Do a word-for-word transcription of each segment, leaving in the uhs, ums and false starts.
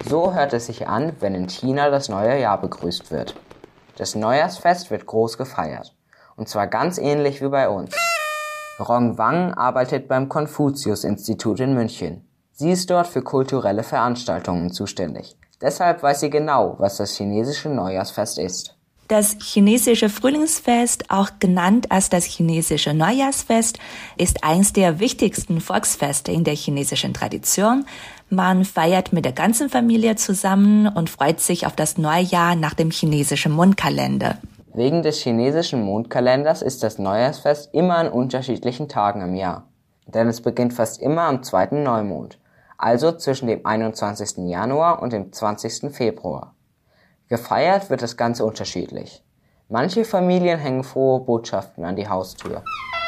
So hört es sich an, wenn in China das neue Jahr begrüßt wird. Das Neujahrsfest wird groß gefeiert. Und zwar ganz ähnlich wie bei uns. Rong Wang arbeitet beim Konfuzius-Institut in München. Sie ist dort für kulturelle Veranstaltungen zuständig. Deshalb weiß sie genau, was das chinesische Neujahrsfest ist. Das chinesische Frühlingsfest, auch genannt als das chinesische Neujahrsfest, ist eines der wichtigsten Volksfeste in der chinesischen Tradition. Man feiert mit der ganzen Familie zusammen und freut sich auf das Neujahr nach dem chinesischen Mondkalender. Wegen des chinesischen Mondkalenders ist das Neujahrsfest immer an unterschiedlichen Tagen im Jahr. Denn es beginnt fast immer am zweiten Neumond, also zwischen dem einundzwanzigsten Januar und dem zwanzigsten Februar. Gefeiert wird das Ganze unterschiedlich. Manche Familien hängen frohe Botschaften an die Haustür.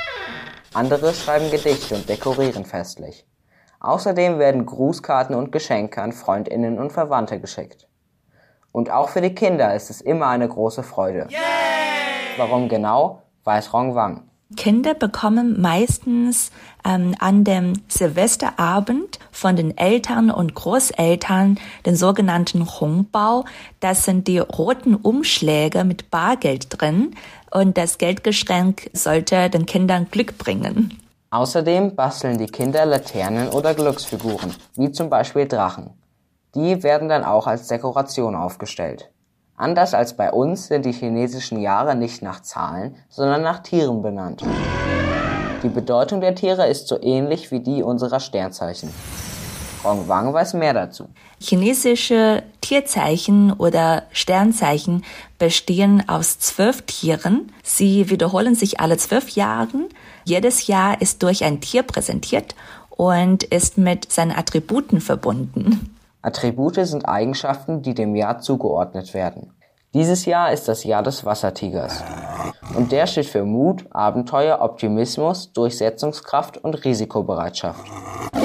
Andere schreiben Gedichte und dekorieren festlich. Außerdem werden Grußkarten und Geschenke an Freundinnen und Verwandte geschickt. Und auch für die Kinder ist es immer eine große Freude. Yay! Warum genau, weiß Rong Wang. Kinder bekommen meistens ähm, an dem Silvesterabend von den Eltern und Großeltern den sogenannten Hongbao. Das sind die roten Umschläge mit Bargeld drin und das Geldgeschenk sollte den Kindern Glück bringen. Außerdem basteln die Kinder Laternen oder Glücksfiguren, wie zum Beispiel Drachen. Die werden dann auch als Dekoration aufgestellt. Anders als bei uns sind die chinesischen Jahre nicht nach Zahlen, sondern nach Tieren benannt. Die Bedeutung der Tiere ist so ähnlich wie die unserer Sternzeichen. Rong Wang weiß mehr dazu. Chinesische Tierzeichen oder Sternzeichen bestehen aus zwölf Tieren. Sie wiederholen sich alle zwölf Jahre. Jedes Jahr ist durch ein Tier präsentiert und ist mit seinen Attributen verbunden. Attribute sind Eigenschaften, die dem Jahr zugeordnet werden. Dieses Jahr ist das Jahr des Wassertigers. Und der steht für Mut, Abenteuer, Optimismus, Durchsetzungskraft und Risikobereitschaft.